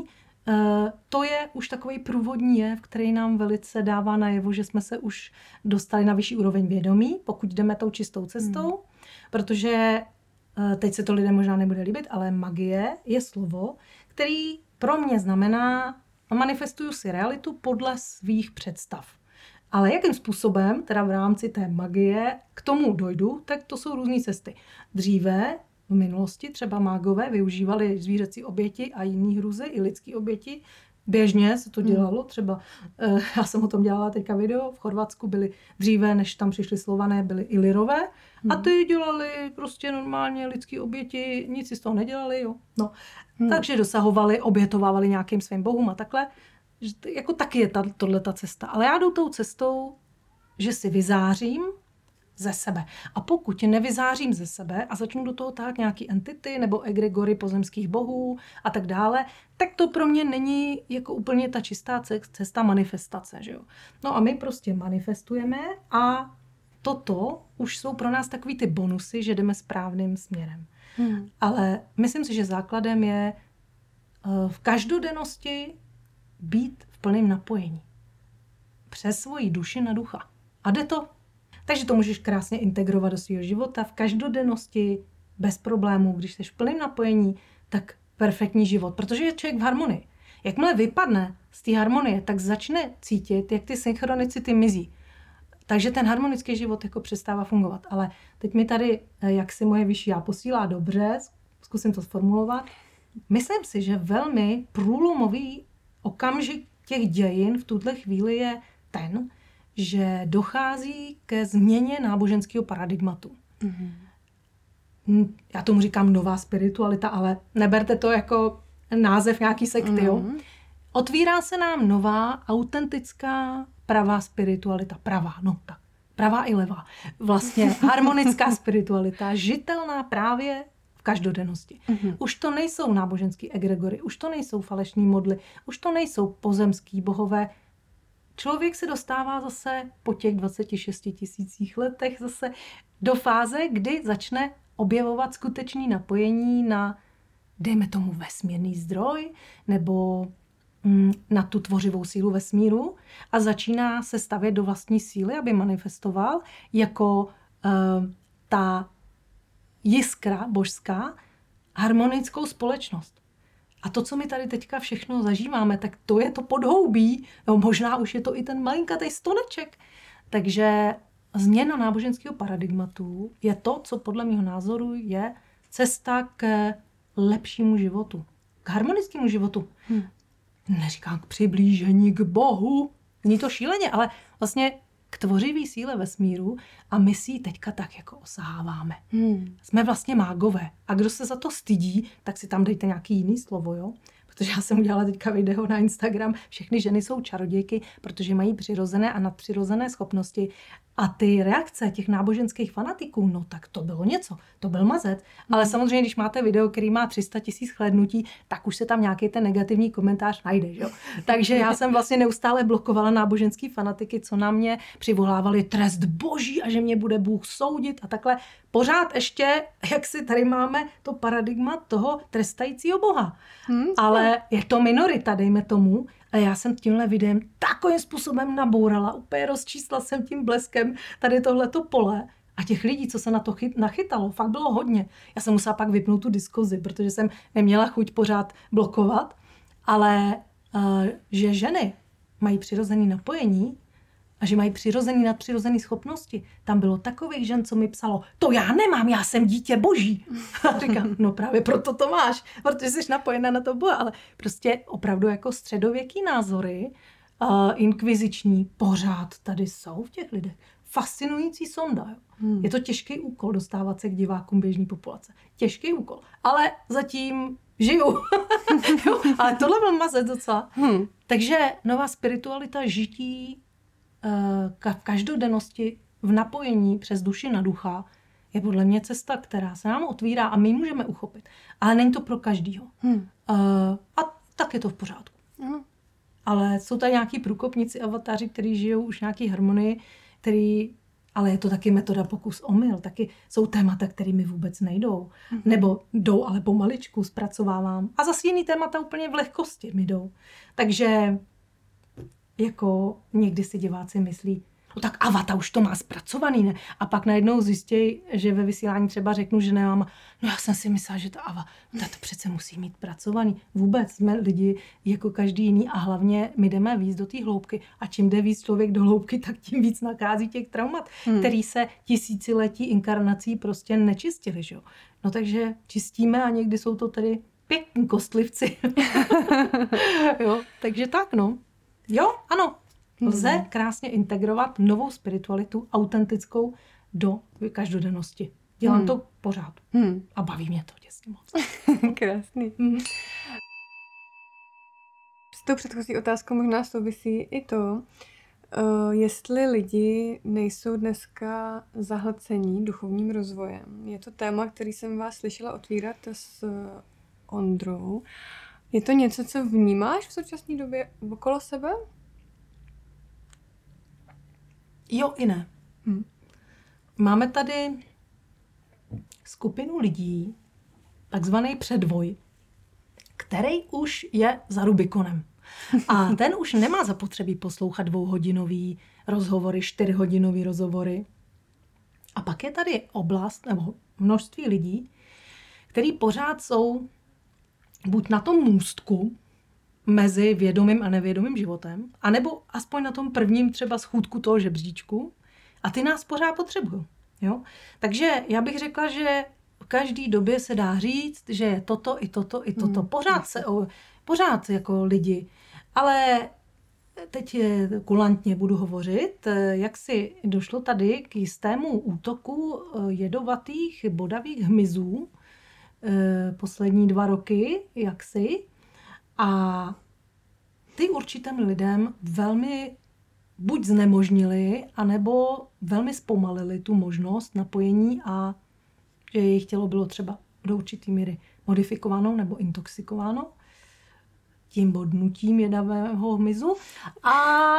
S2: to je už takový průvodní jev, který nám velice dává najevo, že jsme se už dostali na vyšší úroveň vědomí, pokud jdeme tou čistou cestou, hmm. protože teď se to lidem možná nebude líbit, ale magie je slovo, který pro mě znamená, manifestuju si realitu podle svých představ. Ale jakým způsobem, teda v rámci té magie, k tomu dojdu, tak to jsou různé cesty. Dříve, v minulosti, třeba mágové využívali zvířecí oběti a jiný hruzy, i lidský oběti. Běžně se to dělalo, třeba já jsem o tom dělala teďka video, v Chorvatsku byly dříve, než tam přišli Slované, byly Ilirové a ty dělali prostě normálně lidský oběti, nic si z toho nedělali, jo. No. Hmm. Takže dosahovali, obětovávali nějakým svým bohům a takhle. Jako taky je tohle cesta. Ale já jdu tou cestou, že si vyzářím ze sebe. A pokud nevyzářím ze sebe a začnu do toho tahat nějaký entity nebo egregory pozemských bohů a tak dále, tak to pro mě není jako úplně ta čistá cesta manifestace. Že jo? No a my prostě manifestujeme a toto už jsou pro nás takový ty bonusy, že jdeme správným směrem. Hmm. Ale myslím si, že základem je v každodennosti být v plném napojení. Přes svoji duši na ducha. A jde to. Takže to můžeš krásně integrovat do svého života v každodennosti, bez problémů. Když jsi v plném napojení, tak perfektní život, protože je člověk v harmonii. Jakmile vypadne z té harmonie, tak začne cítit, jak ty synchronicity mizí. Takže ten harmonický život jako přestává fungovat. Ale teď mi tady, jak si moje vyšší já posílá dobře, zkusím to sformulovat. Myslím si, že velmi průlomový okamžik těch dějin v tuhle chvíli je ten, že dochází ke změně náboženského paradigmatu. Mm-hmm. Já tomu říkám nová spiritualita, ale neberte to jako název nějaký sekty. Mm-hmm. Jo? Otvírá se nám nová, autentická, pravá spiritualita. Pravá, no tak. Pravá i levá. Vlastně harmonická spiritualita, žitelná právě v každodennosti. Mm-hmm. Už to nejsou náboženský egregory, už to nejsou falešní modly, už to nejsou pozemský bohové. Člověk se dostává zase po těch dvaceti šesti tisících letech zase do fáze, kdy začne objevovat skutečné napojení na, dejme tomu, vesmírný zdroj nebo mm, na tu tvořivou sílu vesmíru a začíná se stavět do vlastní síly, aby manifestoval jako uh, ta jiskra božská harmonickou společnost. A to, co my tady teďka všechno zažíváme, tak to je to podhoubí, no, možná už je to i ten malinkatý stoneček. Takže změna náboženského paradigmatu je to, co podle mého názoru je cesta k lepšímu životu, k harmonickému životu. Hmm. Neříkám k přiblížení k Bohu, není to šíleně, ale vlastně k tvořivý síle vesmíru a my si ji teďka tak jako osaháváme. Hmm. Jsme vlastně mágové. A kdo se za to stydí, tak si tam dejte nějaký jiný slovo, jo? Protože já jsem udělala teďka video na Instagram, všechny ženy jsou čarodějky, protože mají přirozené a nadpřirozené schopnosti A ty reakce těch náboženských fanatiků, no tak to bylo něco, to byl mazec. Ale samozřejmě, když máte video, který má tři sta tisíc shlédnutí, tak už se tam nějaký ten negativní komentář najde. Že? Takže já jsem vlastně neustále blokovala náboženský fanatiky, co na mě přivolávali trest boží a že mě bude Bůh soudit a takhle. Pořád ještě, jak si tady máme to paradigma toho trestajícího Boha. Hmm, ale je to minorita, dejme tomu. A já jsem tímhle videem takovým způsobem nabourala, úplně rozčísla jsem tím bleskem tady tohleto pole. A těch lidí, co se na to chyt, nachytalo, fakt bylo hodně. Já jsem musela pak vypnout tu diskuzi, protože jsem neměla chuť pořád blokovat. Ale uh, že ženy mají přirozené napojení a že mají přirozený nadpřirozený schopnosti. Tam bylo takových žen, co mi psalo, to já nemám, já jsem dítě boží. A říkám, no právě proto to máš, protože jsi napojená na to Boha. Ale prostě opravdu jako středověký názory, uh, inkviziční, pořád tady jsou v těch lidech. Fascinující sonda. Jo. Hmm. Je to těžký úkol dostávat se k divákům běžné populace. Těžký úkol. Ale zatím žiju. Jo, ale tohle byl mazec docela. Hmm. Takže nová spiritualita žití v každodennosti, v napojení přes duši na ducha je podle mě cesta, která se nám otvírá a my ji můžeme uchopit. Ale není to pro každýho. Hmm. A tak je to v pořádku. Hmm. Ale jsou tady nějaký průkopníci, avatáři, kteří žijou už nějaký harmonii, který, ale je to taky metoda pokus omyl. Taky jsou témata, které mi vůbec nejdou. Hmm. Nebo jdou, ale pomaličku zpracovávám. A zase jiný témata úplně v lehkosti mi jdou. Takže jako někdy si diváci myslí, no tak Avata už to má zpracovaný, ne? A pak najednou zjistí, že ve vysílání třeba řeknu, že nemám, no já jsem si myslela, že ta Ava, no to přece musí mít pracovaný. Vůbec jsme lidi jako každý jiný a hlavně my jdeme víc do té hloubky a čím jde víc člověk do hloubky, tak tím víc nakází těch traumat, hmm. který se tisíciletí inkarnací prostě nečistili, že jo? No takže čistíme a někdy jsou to tedy pěkní kostlivci. Jo, takže tak, no. Jo, ano. Lze krásně integrovat novou spiritualitu, autentickou, do každodennosti. Dělám hmm. to pořád. Hmm. A baví mě to děsně moc.
S1: Krásný. Hmm. S tou předchozí otázkou možná souvisí i to, uh, jestli lidi nejsou dneska zahlcení duchovním rozvojem. Je to téma, který jsem vás slyšela otvírat s Ondrou. Je to něco, co vnímáš v současné době okolo sebe?
S2: Jo i ne. Hm. Máme tady skupinu lidí, takzvaný předvoj, který už je za Rubikonem. A ten už nemá zapotřebí poslouchat dvouhodinový rozhovory, čtyřhodinový rozhovory. A pak je tady oblast nebo množství lidí, který pořád jsou buď na tom můstku mezi vědomým a nevědomým životem, anebo aspoň na tom prvním třeba schůdku toho žebříčku a ty nás pořád potřebují. Jo? Takže já bych řekla, že v každé době se dá říct, že je toto i toto i toto. Hmm. Pořád se o, pořád jako lidi. Ale teď kulantně budu hovořit, jak si došlo tady k jistému útoku jedovatých bodavých hmyzů poslední dva roky, jaksi. A ty určitým lidem velmi buď znemožnili, anebo velmi zpomalili tu možnost napojení a že jejich tělo bylo třeba do určitý míry modifikováno nebo intoxikováno tím bodnutím jedavého hmyzu. A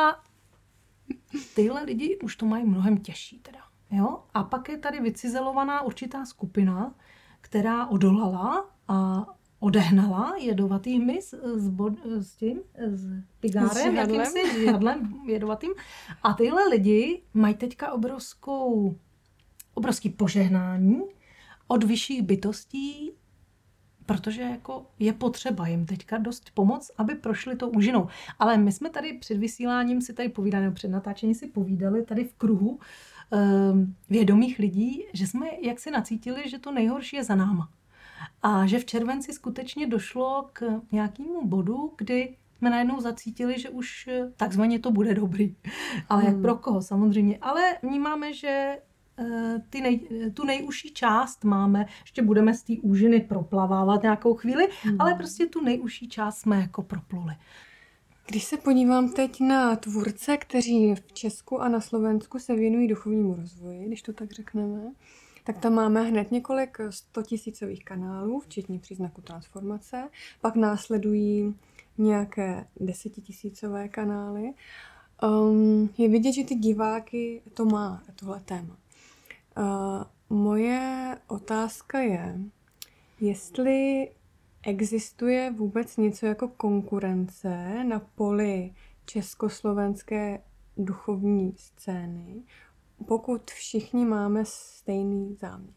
S2: tyhle lidi už to mají mnohem těžší teda. Jo? A pak je tady vycizelovaná určitá skupina, která odolala a odehnala jedovatý hmyz s, bod, s tím, s pigárem, jakýmsi, s žihadlem jedovatým. A tyhle lidi mají teďka obrovskou, obrovský požehnání od vyšších bytostí, protože jako je potřeba jim teďka dost pomoct, aby prošli to úžinou. Ale my jsme tady před vysíláním si tady povídali, nebo před natáčením si povídali tady v kruhu um, vědomých lidí, že jsme jaksi nacítili, že to nejhorší je za náma. A že v červenci skutečně došlo k nějakému bodu, kdy jsme najednou zacítili, že už takzvaně to bude dobrý. Ale hmm. jak pro koho samozřejmě. Ale vnímáme, že ty nej, tu nejužší část máme, ještě budeme z té úžiny proplavávat nějakou chvíli, hmm. ale prostě tu nejužší část jsme jako propluli.
S1: Když se podívám teď na tvůrce, kteří v Česku a na Slovensku se věnují duchovnímu rozvoji, když to tak řekneme, tak tam máme hned několik stotisícových kanálů, včetně příznaku transformace. Pak následují nějaké desetitisícové kanály. Um, je vidět, že ty diváky to má, tohle téma. Uh, moje otázka je, jestli existuje vůbec něco jako konkurence na poli československé duchovní scény, pokud všichni máme stejný záměr.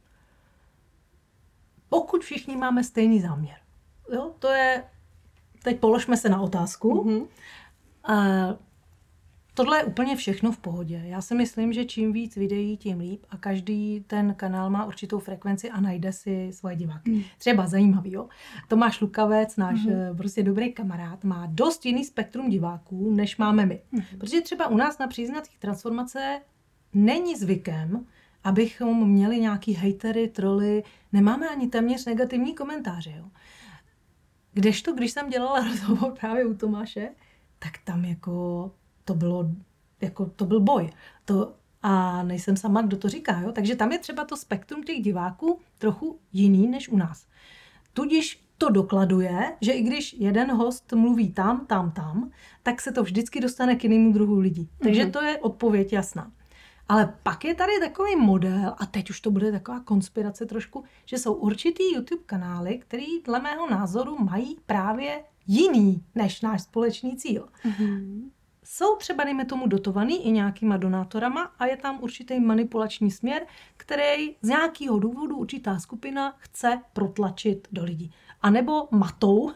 S2: Pokud všichni máme stejný záměr. Jo, to je... Teď položme se na otázku. Mm-hmm. Uh, tohle je úplně všechno v pohodě. Já si myslím, že čím víc videí, tím líp a každý ten kanál má určitou frekvenci a najde si svoje diváky. Mm. Třeba zajímavý, jo. Tomáš Lukavec, náš mm-hmm. prostě dobrý kamarád, má dost jiný spektrum diváků, než máme my. Mm-hmm. Protože třeba u nás na příznacích transformace není zvykem, abychom měli nějaký hejtery, troly, nemáme ani téměř negativní komentáře, jo. Kdežto, když jsem dělala rozhovor právě u Tomáše, tak tam jako to bylo, jako to byl boj. To, a nejsem sama, kdo to říká, jo. Takže tam je třeba to spektrum těch diváků trochu jiný než u nás. Tudíž to dokladuje, že i když jeden host mluví tam, tam, tam, tak se to vždycky dostane k jinému druhu lidí. Takže mm-hmm. to je odpověď jasná. Ale pak je tady takový model, a teď už to bude taková konspirace trošku, že jsou určitý YouTube kanály, který dle mého názoru mají právě jiný než náš společný cíl. Mm-hmm. Jsou třeba, dejme tomu, dotovaný i nějakýma donátorama a je tam určitý manipulační směr, který z nějakého důvodu určitá skupina chce protlačit do lidí. A nebo matou,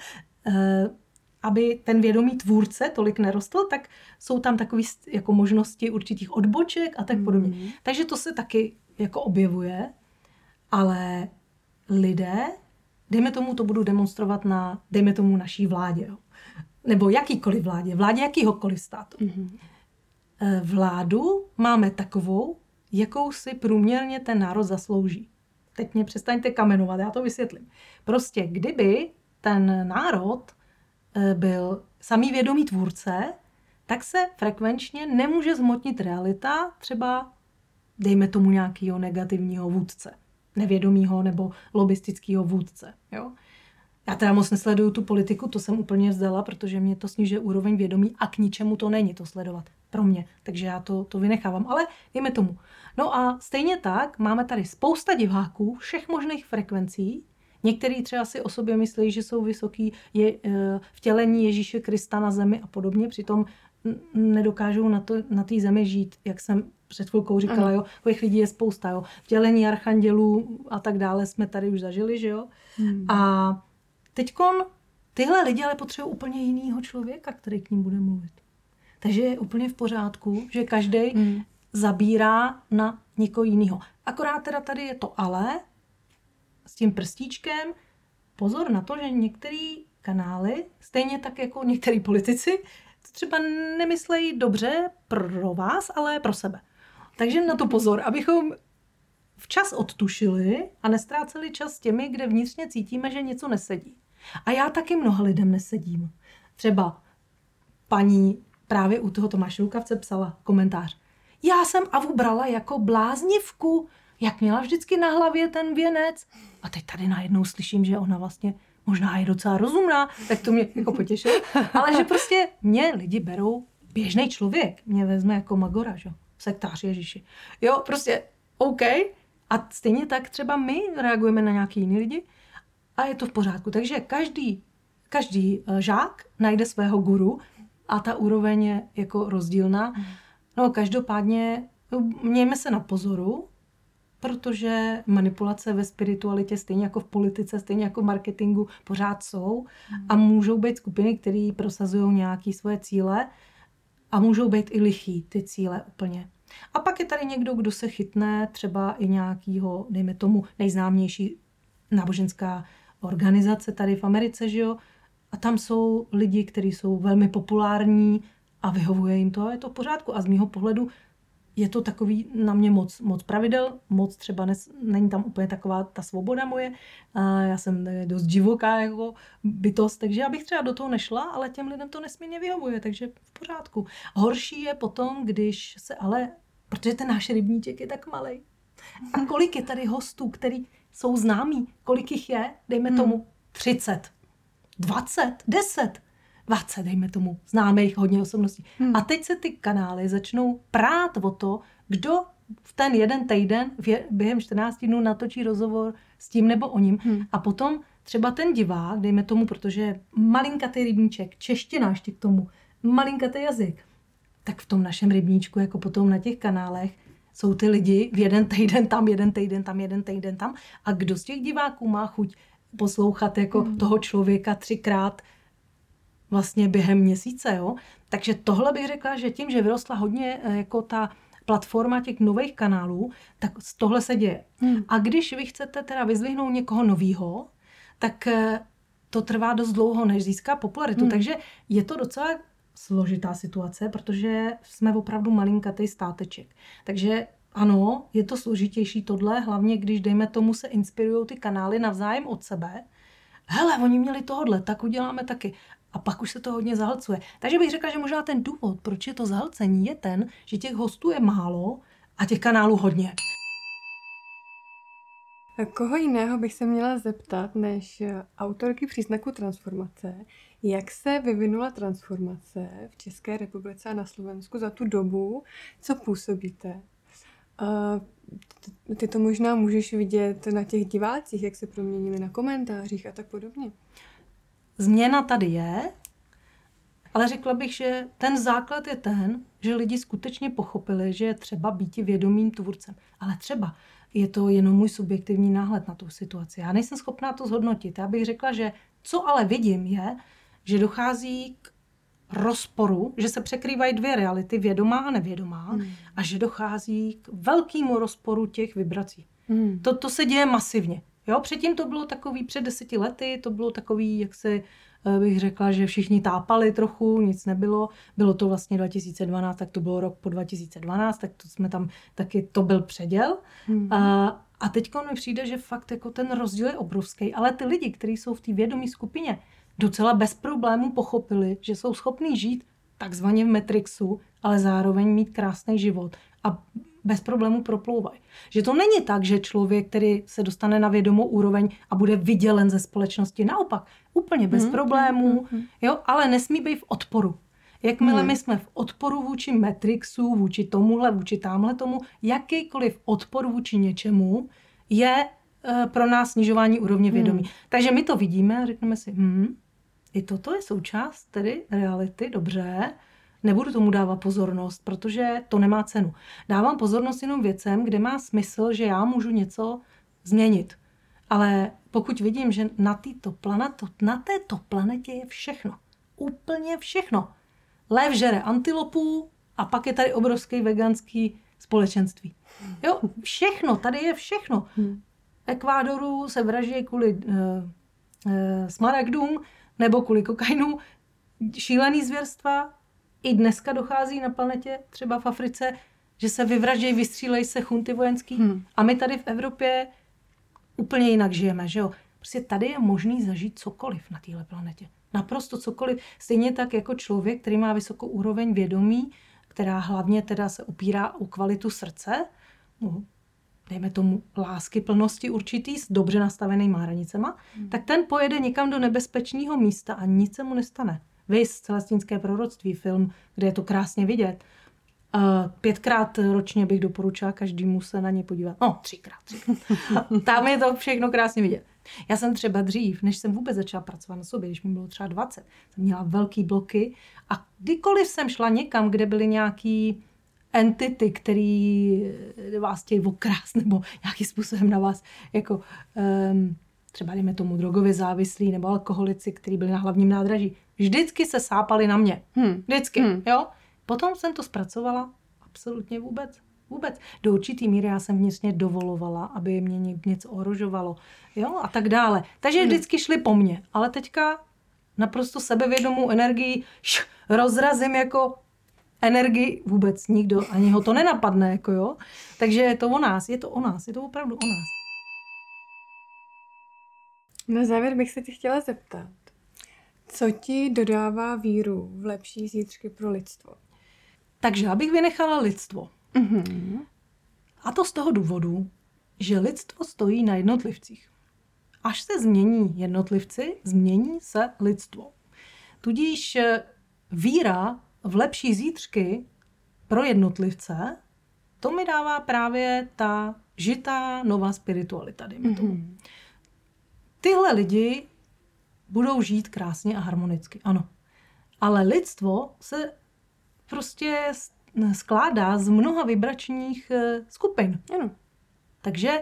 S2: aby ten vědomý tvůrce tolik nerostl, tak jsou tam takové jako možnosti určitých odboček a tak podobně. Mm. Takže to se taky jako objevuje, ale lidé, dejme tomu, to budu demonstrovat na, dejme tomu, naší vládě, jo. Nebo jakýkoliv vládě, vládě jakýhokoliv státu. Mm-hmm. Vládu máme takovou, jakou si průměrně ten národ zaslouží. Teď mě přestaňte kamenovat, já to vysvětlím. Prostě kdyby ten národ byl samý vědomý tvůrce, tak se frekvenčně nemůže zhmotnit realita třeba, dejme tomu, nějakého negativního vůdce, nevědomýho nebo lobistického vůdce. Jo? Já teda moc nesleduju tu politiku, to jsem úplně vzdala, protože mě to snižuje úroveň vědomí a k ničemu to není to sledovat pro mě, takže já to, to vynechávám, ale dejme tomu. No a stejně tak máme tady spousta diváků všech možných frekvencí. Některý třeba si o sobě myslí, že jsou vysoký je, vtělení Ježíše Krista na zemi a podobně, přitom nedokážou na to, na té zemi žít, jak jsem před chvilkou říkala, jo, těch lidí je spousta, jo, vtělení archandělů a tak dále jsme tady už zažili, že jo. Hmm. A teďkon tyhle lidi ale potřebují úplně jinýho člověka, který k ním bude mluvit. Takže je úplně v pořádku, že každý hmm. zabírá na někoho jinýho. Akorát teda tady je to ale, s tím prstíčkem, pozor na to, že některé kanály, stejně tak jako některý politici, to třeba nemyslejí dobře pro vás, ale pro sebe. Takže na to pozor, abychom včas odtušili a nestráceli čas s těmi, kde vnitřně cítíme, že něco nesedí. A já taky mnoha lidem nesedím. Třeba paní právě u toho Tomáše Lukavce psala komentář. Já jsem Avu brala jako bláznivku, jak měla vždycky na hlavě ten věnec. A teď tady najednou slyším, že ona vlastně možná je docela rozumná, tak to mě jako potěšilo. Ale že prostě mě lidi berou běžný člověk. Mě vezme jako magora, že? Sektář Ježíši. Jo, prostě OK. A stejně tak třeba my reagujeme na nějaký jiný lidi a je to v pořádku. Takže každý, každý žák najde svého guru a ta úroveň je jako rozdílná. No každopádně mějme se na pozoru, protože manipulace ve spiritualitě, stejně jako v politice, stejně jako v marketingu, pořád jsou a můžou být skupiny, které prosazují nějaké svoje cíle a můžou být i lichý ty cíle úplně. A pak je tady někdo, kdo se chytne třeba i nějakýho, dejme tomu, nejznámější náboženská organizace tady v Americe, že jo? A tam jsou lidi, kteří jsou velmi populární a vyhovuje jim to a je to v pořádku. A z mýho pohledu je to takový na mě moc, moc pravidel, moc třeba nes, není tam úplně taková ta svoboda moje. A já jsem dost divoká jako bytost, takže já bych třeba do toho nešla, ale těm lidem to nesmírně vyhovuje, takže v pořádku. Horší je potom, když se ale, protože ten náš rybníček je tak malej. A kolik je tady hostů, který jsou známí, kolik jich je, dejme hmm. tomu třicet, dvacet, deset, dvacet, dejme tomu, známých hodně osobností. Hmm. A teď se ty kanály začnou prát o to, kdo v ten jeden týden během čtrnácti dnů natočí rozhovor s tím nebo o ním. Hmm. A potom třeba ten divák, dejme tomu, protože malinkatý rybníček, čeština ještě k tomu, malinkatý jazyk, tak v tom našem rybníčku, jako potom na těch kanálech, jsou ty lidi v jeden týden tam, jeden týden tam, jeden týden tam. A kdo z těch diváků má chuť poslouchat jako hmm. toho člověka třikrát vlastně během měsíce, jo? Takže tohle bych řekla, že tím, že vyrostla hodně jako ta platforma těch nových kanálů, tak tohle se děje. Hmm. A když vy chcete teda vyzvihnout někoho novýho, tak to trvá dost dlouho, než získá popularitu. Hmm. Takže je to docela složitá situace, protože jsme opravdu malinkatý státeček. Takže ano, je to složitější tohle, hlavně když, dejme tomu, se inspirují ty kanály navzájem od sebe. Hele, oni měli tohodle, tak uděláme taky. A pak už se to hodně zahlcuje. Takže bych řekla, že možná ten důvod, proč je to zahlcení, je ten, že těch hostů je málo a těch kanálů hodně.
S1: Koho jiného bych se měla zeptat, než autorky příznaku transformace, jak se vyvinula transformace v České republice a na Slovensku za tu dobu, co působíte? Ty to možná můžeš vidět na těch divácích, jak se proměnili na komentářích a tak podobně.
S2: Změna tady je, ale řekla bych, že ten základ je ten, že lidi skutečně pochopili, že je třeba být vědomým tvůrcem. Ale třeba je to jenom můj subjektivní náhled na tu situaci. Já nejsem schopná to zhodnotit. Já bych řekla, že co ale vidím je, že dochází k rozporu, že se překrývají dvě reality, vědomá a nevědomá, hmm. a že dochází k velkému rozporu těch vibrací. Hmm. To, to se děje masivně. Jo, předtím to bylo takový, před deseti lety, to bylo takový, jak se bych řekla, že všichni tápali trochu, nic nebylo. Bylo to vlastně dva tisíce dvanáct, tak to bylo rok po dva tisíce dvanáct, tak to jsme tam, taky to byl předěl. Hmm. A, a teďko mi přijde, že fakt jako ten rozdíl je obrovský, ale ty lidi, kteří jsou v té vědomí skupině, docela bez problémů pochopili, že jsou schopní žít takzvaně v Matrixu, ale zároveň mít krásný život a bez problémů proplouvají. Že to není tak, že člověk, který se dostane na vědomou úroveň a bude vydělen ze společnosti, naopak, úplně bez hmm. problémů, hmm. jo, ale nesmí být v odporu. Jakmile hmm. my jsme v odporu vůči Matrixu, vůči tomuhle, vůči támhle tomu, jakýkoliv odpor vůči něčemu je e, pro nás snižování úrovně vědomí. Hmm. Takže my to vidíme a řekneme si, hm, i toto je součást tedy reality, dobře, nebudu tomu dávat pozornost, protože to nemá cenu. Dávám pozornost jenom věcem, kde má smysl, že já můžu něco změnit. Ale pokud vidím, že na, této planeto, na této planetě je všechno, úplně všechno. Lev žere antilopu a pak je tady obrovský veganský společenství. Jo, všechno, tady je všechno. V Ekvádoru se vraží kvůli uh, uh, smaragdům nebo kvůli kokainu, šílený zvěrstva. I dneska dochází na planetě, třeba v Africe, že se vyvraždějí, vystřílejí se chunty vojenský. Hmm. A my tady v Evropě úplně jinak žijeme, že jo? Prostě tady je možný zažít cokoliv na téhle planetě. Naprosto cokoliv. Stejně tak jako člověk, který má vysokou úroveň vědomí, která hlavně teda se opírá o kvalitu srdce, no, dejme tomu lásky, plnosti určitý, s dobře nastavenýma hranicema, hmm. tak ten pojede někam do nebezpečného místa a nic se mu nestane. Vys, Celestinské proroctví, film, kde je to krásně vidět. Uh, pětkrát ročně bych doporučila každému se na ně podívat. No, třikrát. třikrát. Tam je to všechno krásně vidět. Já jsem třeba dřív, než jsem vůbec začala pracovat na sobě, když mi bylo třeba dvacet, jsem měla velký bloky a kdykoliv jsem šla někam, kde byly nějaký entity, který vás chtějí okrást nebo nějakým způsobem na vás jako um, třeba dejme tomu drogově závislí nebo alkoholici, kteří byli na hlavním nádraží, vždycky se sápali na mě. Hmm. Vždycky, hmm. jo. Potom jsem to zpracovala absolutně vůbec. Vůbec. Do určitý míry já jsem vnitřně dovolovala, aby mě něco ohrožovalo. Jo, a tak dále. Takže vždycky šli po mně. Ale teďka naprosto sebevědomou energii š, rozrazím jako energii vůbec nikdo, ani ho to nenapadne, jako jo. Takže je to o nás, je to o nás, je to opravdu o nás.
S1: Na závěr bych se tě chtěla zeptat, co ti dodává víru v lepší zítřky pro lidstvo?
S2: Takže abych vynechala lidstvo.
S1: Mm-hmm.
S2: A to z toho důvodu, že lidstvo stojí na jednotlivcích. Až se změní jednotlivci, změní se lidstvo. Tudíž víra v lepší zítřky pro jednotlivce, to mi dává právě ta žitá nová spiritualita, dejme tomu. Mm-hmm. Tyhle lidi budou žít krásně a harmonicky, ano. Ale lidstvo se prostě skládá z mnoha vibračních skupin.
S1: Ano.
S2: Takže,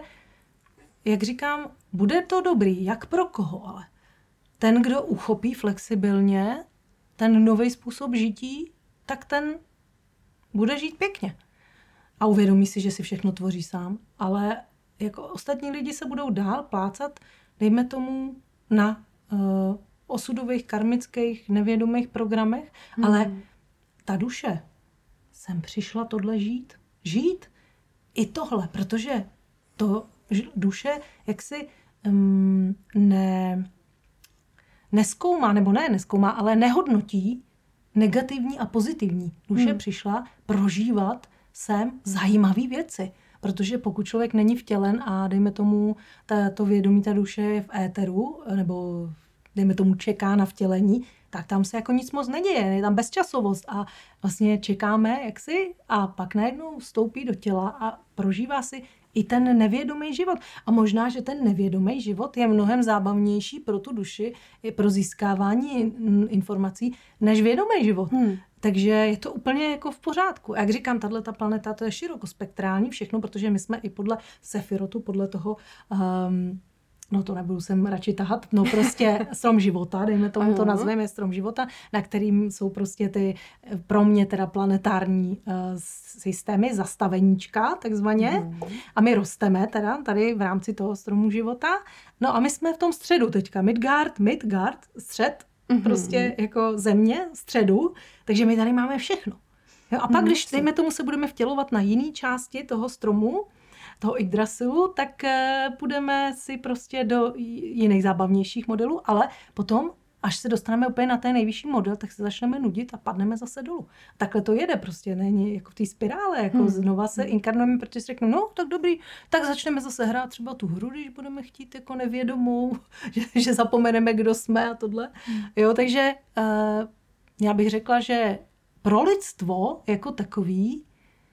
S2: jak říkám, bude to dobrý, jak pro koho, ale ten, kdo uchopí flexibilně ten nový způsob žití, tak ten bude žít pěkně. A uvědomí si, že si všechno tvoří sám, ale jako ostatní lidi se budou dál plácat, dejme tomu, na uh, osudových, karmických, nevědomých programech, hmm. ale ta duše jsem přišla tohle žít. Žít i tohle, protože to duše jaksi um, ne, neskoumá, nebo ne neskoumá, ale nehodnotí negativní a pozitivní. Duše hmm. přišla prožívat sem zajímavé věci. Protože pokud člověk není vtělen a dejme tomu ta, to vědomí, ta duše je v éteru, nebo dejme tomu čeká na vtělení, tak tam se jako nic moc neděje, je tam bezčasovost a vlastně čekáme jaksi a pak najednou vstoupí do těla a prožívá si i ten nevědomý život. A možná, že ten nevědomý život je mnohem zábavnější pro tu duši, i pro získávání informací, než vědomý život. Hmm. Takže je to úplně jako v pořádku. Jak říkám, tato planeta, to je širokospektrální všechno, protože my jsme i podle Sefirotu, podle toho, um, no to nebudu sem radši tahat, no prostě strom života, dejme tomu to nazveme strom života, na kterým jsou prostě ty pro mě teda planetární uh, systémy, zastaveníčka takzvaně. Mm. A my rosteme teda tady v rámci toho stromu života. No a my jsme v tom středu teďka, Midgard, Midgard, střed, mm-hmm. prostě jako země, středu, takže my tady máme všechno. Jo, a pak, mm, když dejme tomu se budeme vtělovat na jiné části toho stromu, toho Yggdrasilu, tak půjdeme si prostě do jiných zábavnějších modelů, ale potom, až se dostaneme úplně na ten nejvyšší model, tak se začneme nudit a padneme zase dolů. Takhle to jede prostě, není jako v té spirále, jako hmm. znova se inkarnujeme, protože si řeknu, no tak dobrý, tak začneme zase hrát třeba tu hru, když budeme chtít jako nevědomou, že, že zapomeneme, kdo jsme a tohle. Hmm. Jo, takže uh, já bych řekla, že pro lidstvo jako takový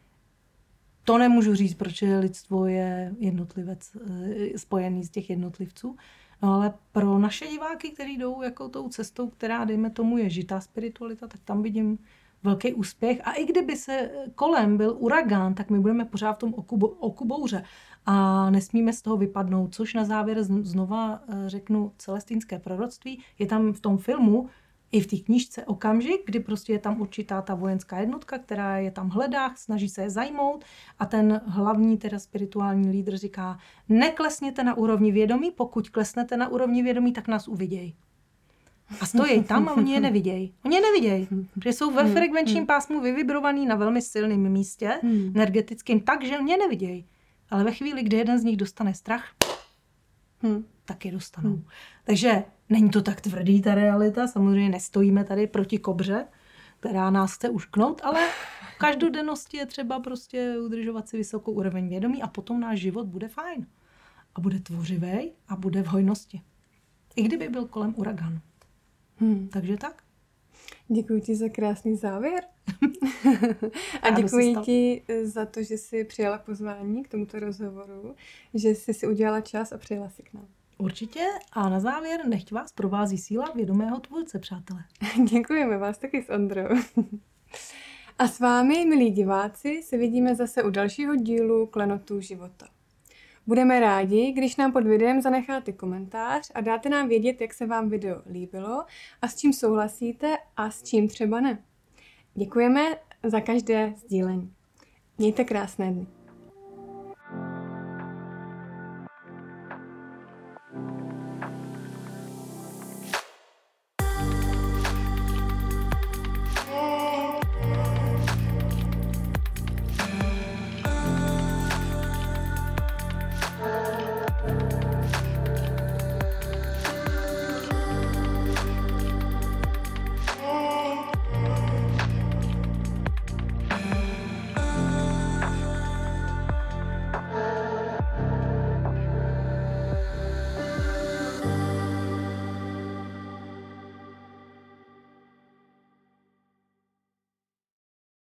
S2: to nemůžu říct, proč lidstvo je jednotlivec spojený z těch jednotlivců. No ale pro naše diváky, kteří jdou jako tou cestou, která, dejme tomu, je žitá spiritualita, tak tam vidím velký úspěch. A i kdyby se kolem byl uragán, tak my budeme pořád v tom oku, oku bouře. A nesmíme z toho vypadnout, což na závěr znova řeknu celestínské proroctví. Je tam v tom filmu i v té knížce okamžik, kdy prostě je tam určitá ta vojenská jednotka, která je tam hledá, snaží se je zajmout a ten hlavní, teda spirituální lídr říká, neklesněte na úrovni vědomí, pokud klesnete na úrovni vědomí, tak nás uviděj. A stojí tam a oni je nevidějí. Oni je nevidějí, protože jsou ve frekvenčním pásmu vyvibrovaný na velmi silném místě, energetickým, takže oni je nevidějí. Ale ve chvíli, kdy jeden z nich dostane strach, Hmm. tak je dostanou. Hmm. Takže není to tak tvrdý ta realita, samozřejmě nestojíme tady proti kobře, která nás chce ušknout, ale v každodennosti je třeba prostě udržovat si vysokou úroveň vědomí a potom náš život bude fajn. A bude tvořivý a bude v hojnosti. I kdyby byl kolem uraganu. Hmm. Takže tak.
S1: Děkuji ti za krásný závěr. A děkuji ti za to, že jsi přijala pozvání k tomuto rozhovoru, že jsi si udělala čas a přijela si k nám.
S2: Určitě. A na závěr nechť vás provází síla vědomého tvůrce, přátelé.
S1: Děkujeme vás taky s Ondrou. A s vámi, milí diváci, se vidíme zase u dalšího dílu Klenotů života. Budeme rádi, když nám pod videem zanecháte komentář a dáte nám vědět, jak se vám video líbilo a s čím souhlasíte a s čím třeba ne. Děkujeme za každé sdílení. Mějte krásné dny.